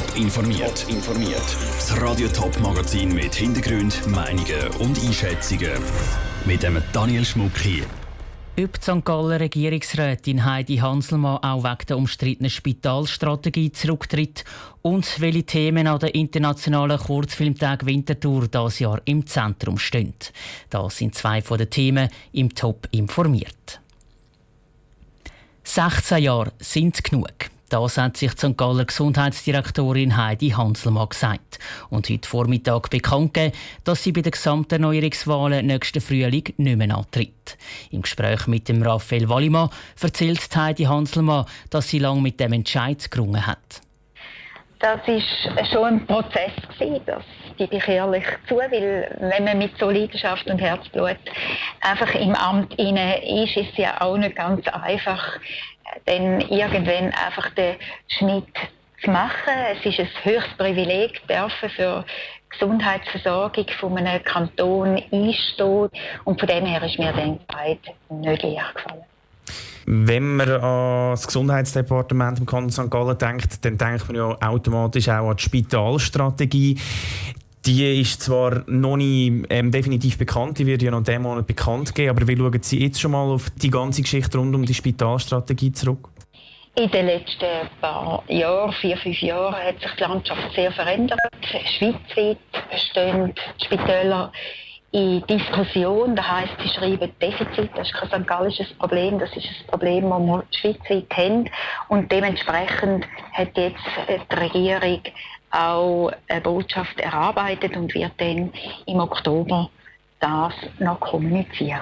Top informiert. Das Radio Top Magazin mit Hintergrund, Meinungen und Einschätzungen mit dem Daniel Schmuck hier. Ob die St. Galler Regierungsrätin Heidi Hanselmann auch wegen der umstrittenen Spitalstrategie zurücktritt und welche Themen an der internationalen Kurzfilmtag Winterthur dieses Jahr im Zentrum stehen. Das sind zwei von den Themen im Top informiert. 16 Jahre sind genug. Das hat sich die St. Galler Gesundheitsdirektorin Heidi Hanselmann gesagt und heute Vormittag bekannt gegeben, dass sie bei den Gesamterneuerungswahlen nächsten Frühling nicht mehr antritt. Im Gespräch mit dem Raphael Wallimann erzählt Heidi Hanselmann, dass sie lange mit dem Entscheid gerungen hat. Das war schon ein Prozess, das gebe ich ehrlich zu, weil wenn man mit so Leidenschaft und Herzblut einfach im Amt inne ist es ja auch nicht ganz einfach, dann irgendwann einfach den Schnitt zu machen. Es ist ein höchstes Privileg, dürfen für die Gesundheitsversorgung von einem Kanton einstehen. Und von dem her ist mir der Entscheid nicht leicht gefallen. Wenn man an das Gesundheitsdepartement im Kanton St. Gallen denkt, dann denkt man ja automatisch auch an die Spitalstrategie. Die ist zwar noch nicht definitiv bekannt, die wird ja noch diesen Monat bekannt geben, aber wie schauen Sie jetzt schon mal auf die ganze Geschichte rund um die Spitalstrategie zurück? In den letzten paar Jahren, 4-5 Jahren, hat sich die Landschaft sehr verändert. Schweizweit stehen die Spitäler in Diskussion, das heisst, sie schreiben Defizit, das ist kein st. Gallisches Problem, das ist ein Problem, das wir schweizweit haben. Und dementsprechend hat jetzt die Regierung auch eine Botschaft erarbeitet und wird dann im Oktober das noch kommunizieren.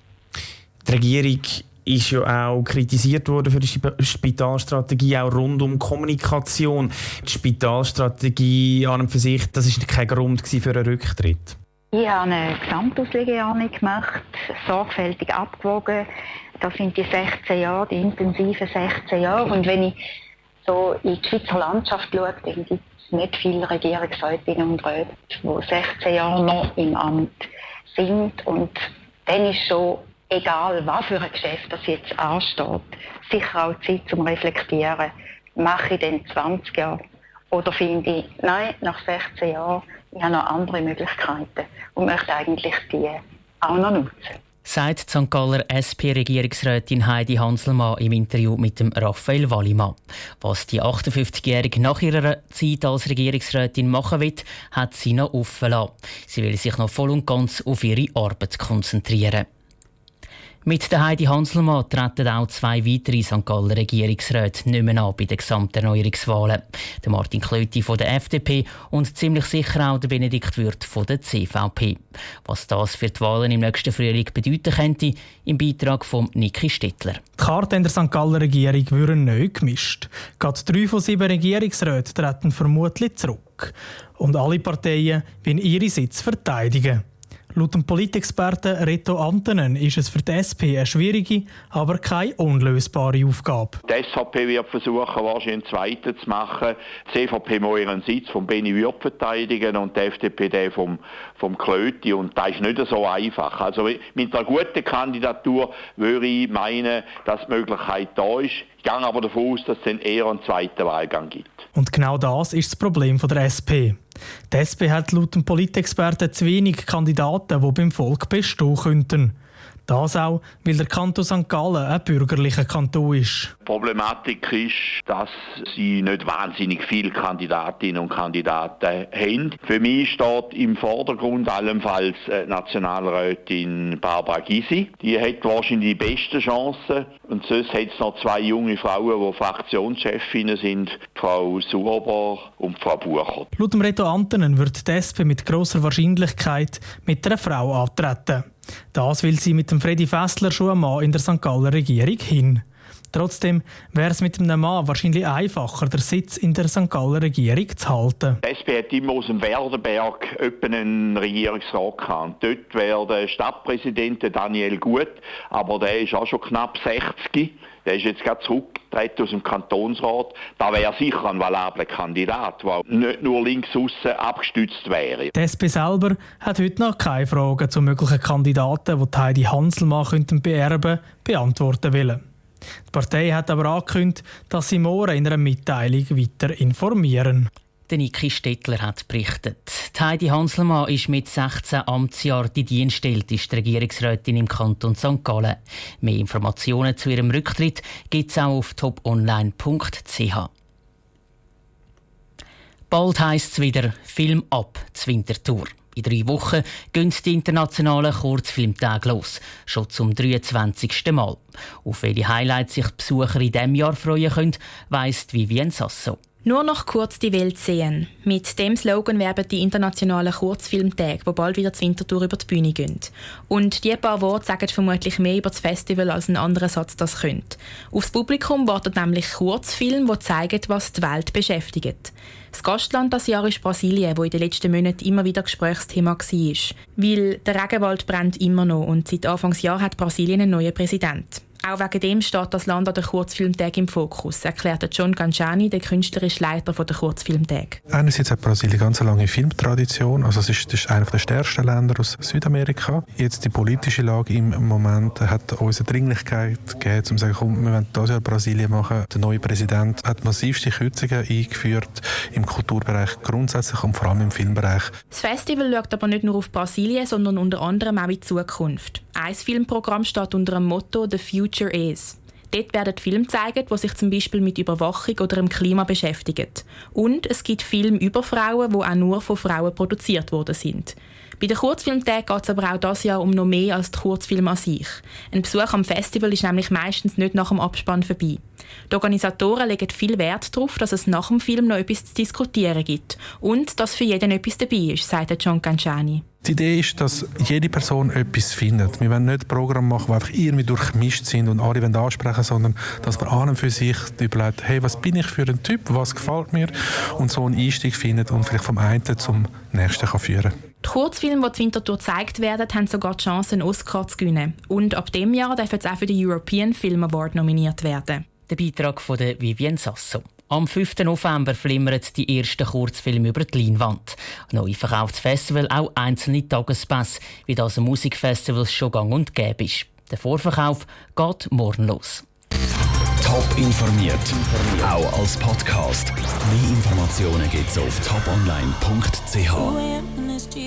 Die Regierung ist ja auch kritisiert worden für die Spitalstrategie, auch rund um Kommunikation. Die Spitalstrategie an und für sich, das ist kein Grund für einen Rücktritt. Ich habe eine Gesamtauslegeordnung gemacht, sorgfältig abgewogen. Das sind die 16 Jahre, die intensiven 16 Jahre. Und wenn ich so in die Schweizer Landschaft schaue, dann gibt es nicht viele Regierungsrätinnen und Räte, die 16 Jahre noch im Amt sind. Und dann ist schon, egal was für ein Geschäft das jetzt ansteht, sicher auch Zeit zum Reflektieren. Mache ich denn 20 Jahre? Oder finde ich, nein, nach 16 Jahren, ich habe noch andere Möglichkeiten und möchte eigentlich die auch noch nutzen. Sagt die St. Galler SP-Regierungsrätin Heidi Hanselmann im Interview mit dem Raphael Wallimann. Was die 58-Jährige nach ihrer Zeit als Regierungsrätin machen will, hat sie noch offen lassen. Sie will sich noch voll und ganz auf ihre Arbeit konzentrieren. Mit der Heidi Hanselmann treten auch zwei weitere St. Galler Regierungsräte nicht mehr an bei den Gesamterneuerungswahlen. Der Martin Klöti von der FDP und ziemlich sicher auch der Benedikt Würth von der CVP. Was das für die Wahlen im nächsten Frühling bedeuten könnte, im Beitrag von Niki Stettler. Die Karten in der St. Galler Regierung würden neu gemischt. Gerade 3 von 7 Regierungsräten treten vermutlich zurück. Und alle Parteien wollen ihre Sitze verteidigen. Laut dem Politexperten Reto Antonen ist es für die SP eine schwierige, aber keine unlösbare Aufgabe. Die SVP wird versuchen, wahrscheinlich einen zweiten zu machen. Die CVP muss ihren Sitz von Benny Würth verteidigen und die FDP den vom Klöti. Und das ist nicht so einfach. Also mit einer guten Kandidatur würde ich meinen, dass die Möglichkeit da ist. Ich gehe aber davon aus, dass es dann eher einen zweiten Wahlgang gibt. Und genau das ist das Problem der SP. Die SP hat laut dem Politexperten zu wenig Kandidaten, die beim Volk bestehen könnten. Das auch, weil der Kanton St. Gallen ein bürgerlicher Kanton ist. Die Problematik ist, dass sie nicht wahnsinnig viele Kandidatinnen und Kandidaten haben. Für mich steht im Vordergrund allenfalls Nationalrätin Barbara Gysi. Die hat wahrscheinlich die besten Chancen. Und sonst hat es noch 2 junge Frauen, die Fraktionschefinnen sind, Frau Suber und Frau Bucher. Laut dem Reto Antonen wird die SP mit grosser Wahrscheinlichkeit mit einer Frau antreten. Das will sie mit dem Fredi Fessler schon einmal in der St. Galler Regierung hin. Trotzdem wäre es mit einem Mann wahrscheinlich einfacher, den Sitz in der St. Galler Regierung zu halten. Die SP hat immer aus dem Werdenberg einen Regierungsrat gehabt. Dort wäre der Stadtpräsident Daniel Gut, aber der ist auch schon knapp 60. Der ist jetzt gerade zurückgetreten aus dem Kantonsrat. Da wäre sicher ein valabler Kandidat, der nicht nur links aussen abgestützt wäre. Die SP selber hat heute noch keine Fragen zu möglichen Kandidaten, die Heidi Hanselmann beerben könnten, beantworten wollen. Die Partei hat aber angekündigt, dass sie morgen in einer Mitteilung weiter informieren. Niki Stettler hat berichtet. Heidi Hanselmann ist mit 16 Amtsjahren die dienstälteste Regierungsrätin im Kanton St. Gallen. Mehr Informationen zu ihrem Rücktritt gibt es auch auf toponline.ch. Bald heisst es wieder «Film ab» zur Winterthur. In 3 Wochen gehen die internationalen Kurzfilmtage los, schon zum 23. Mal. Auf welche Highlights sich die Besucher in diesem Jahr freuen können, weiss Vivienne Sasso. Nur noch kurz die Welt sehen. Mit dem Slogan werben die internationalen Kurzfilmtage, die bald wieder zur Winterthur über die Bühne gehen. Und die paar Worte sagen vermutlich mehr über das Festival, als ein anderer Satz das könnte. Aufs Publikum warten nämlich Kurzfilme, die zeigen, was die Welt beschäftigt. Das Gastland dieses Jahr ist Brasilien, wo in den letzten Monaten immer wieder Gesprächsthema war. Weil der Regenwald brennt immer noch und seit Anfangsjahr hat Brasilien einen neuen Präsidenten. Auch wegen dem steht das Land an der Kurzfilmtag im Fokus, erklärte John Ganchani, der künstlerische Leiter der Kurzfilmtag. Einerseits hat Brasilien ganz eine lange Filmtradition, also es ist einer der stärksten Länder aus Südamerika. Jetzt die politische Lage im Moment hat uns eine Dringlichkeit gegeben, um zu sagen, komm, wir wollen dieses Jahr Brasilien machen. Der neue Präsident hat massivste Kürzungen eingeführt im Kulturbereich grundsätzlich und vor allem im Filmbereich. Das Festival schaut aber nicht nur auf Brasilien, sondern unter anderem auch in die Zukunft. Ein Filmprogramm steht unter dem Motto «The Future is». Dort werden Filme gezeigt, die sich zum Beispiel mit Überwachung oder dem Klima beschäftigen. Und es gibt Filme über Frauen, die auch nur von Frauen produziert worden sind. Bei den Kurzfilmtagen geht es aber auch dieses Jahr um noch mehr als die Kurzfilme an sich. Ein Besuch am Festival ist nämlich meistens nicht nach dem Abspann vorbei. Die Organisatoren legen viel Wert darauf, dass es nach dem Film noch etwas zu diskutieren gibt und dass für jeden etwas dabei ist, sagt John Ganchani. Die Idee ist, dass jede Person etwas findet. Wir wollen nicht Programme machen, die einfach irgendwie durchgemischt sind und alle ansprechen wollen, sondern dass man an und für sich überlegt, hey, was bin ich für ein Typ, was gefällt mir, und so einen Einstieg findet und vielleicht vom einen zum nächsten kann führen. Die Kurzfilme, die zur Winterthur gezeigt werden, haben sogar die Chance, einen Oscar zu gewinnen. Und ab diesem Jahr dürfen sie auch für den European Film Award nominiert werden. Der Beitrag von Vivienne Sasso. Am 5. November flimmern die ersten Kurzfilme über die Leinwand. Neu verkauft das Festival auch einzelne Tagespässe, wie das an Musikfestivals schon gang und gäbe ist. Der Vorverkauf geht morgen los. Top informiert, auch als Podcast. Mehr Informationen gibt's auf toponline.ch.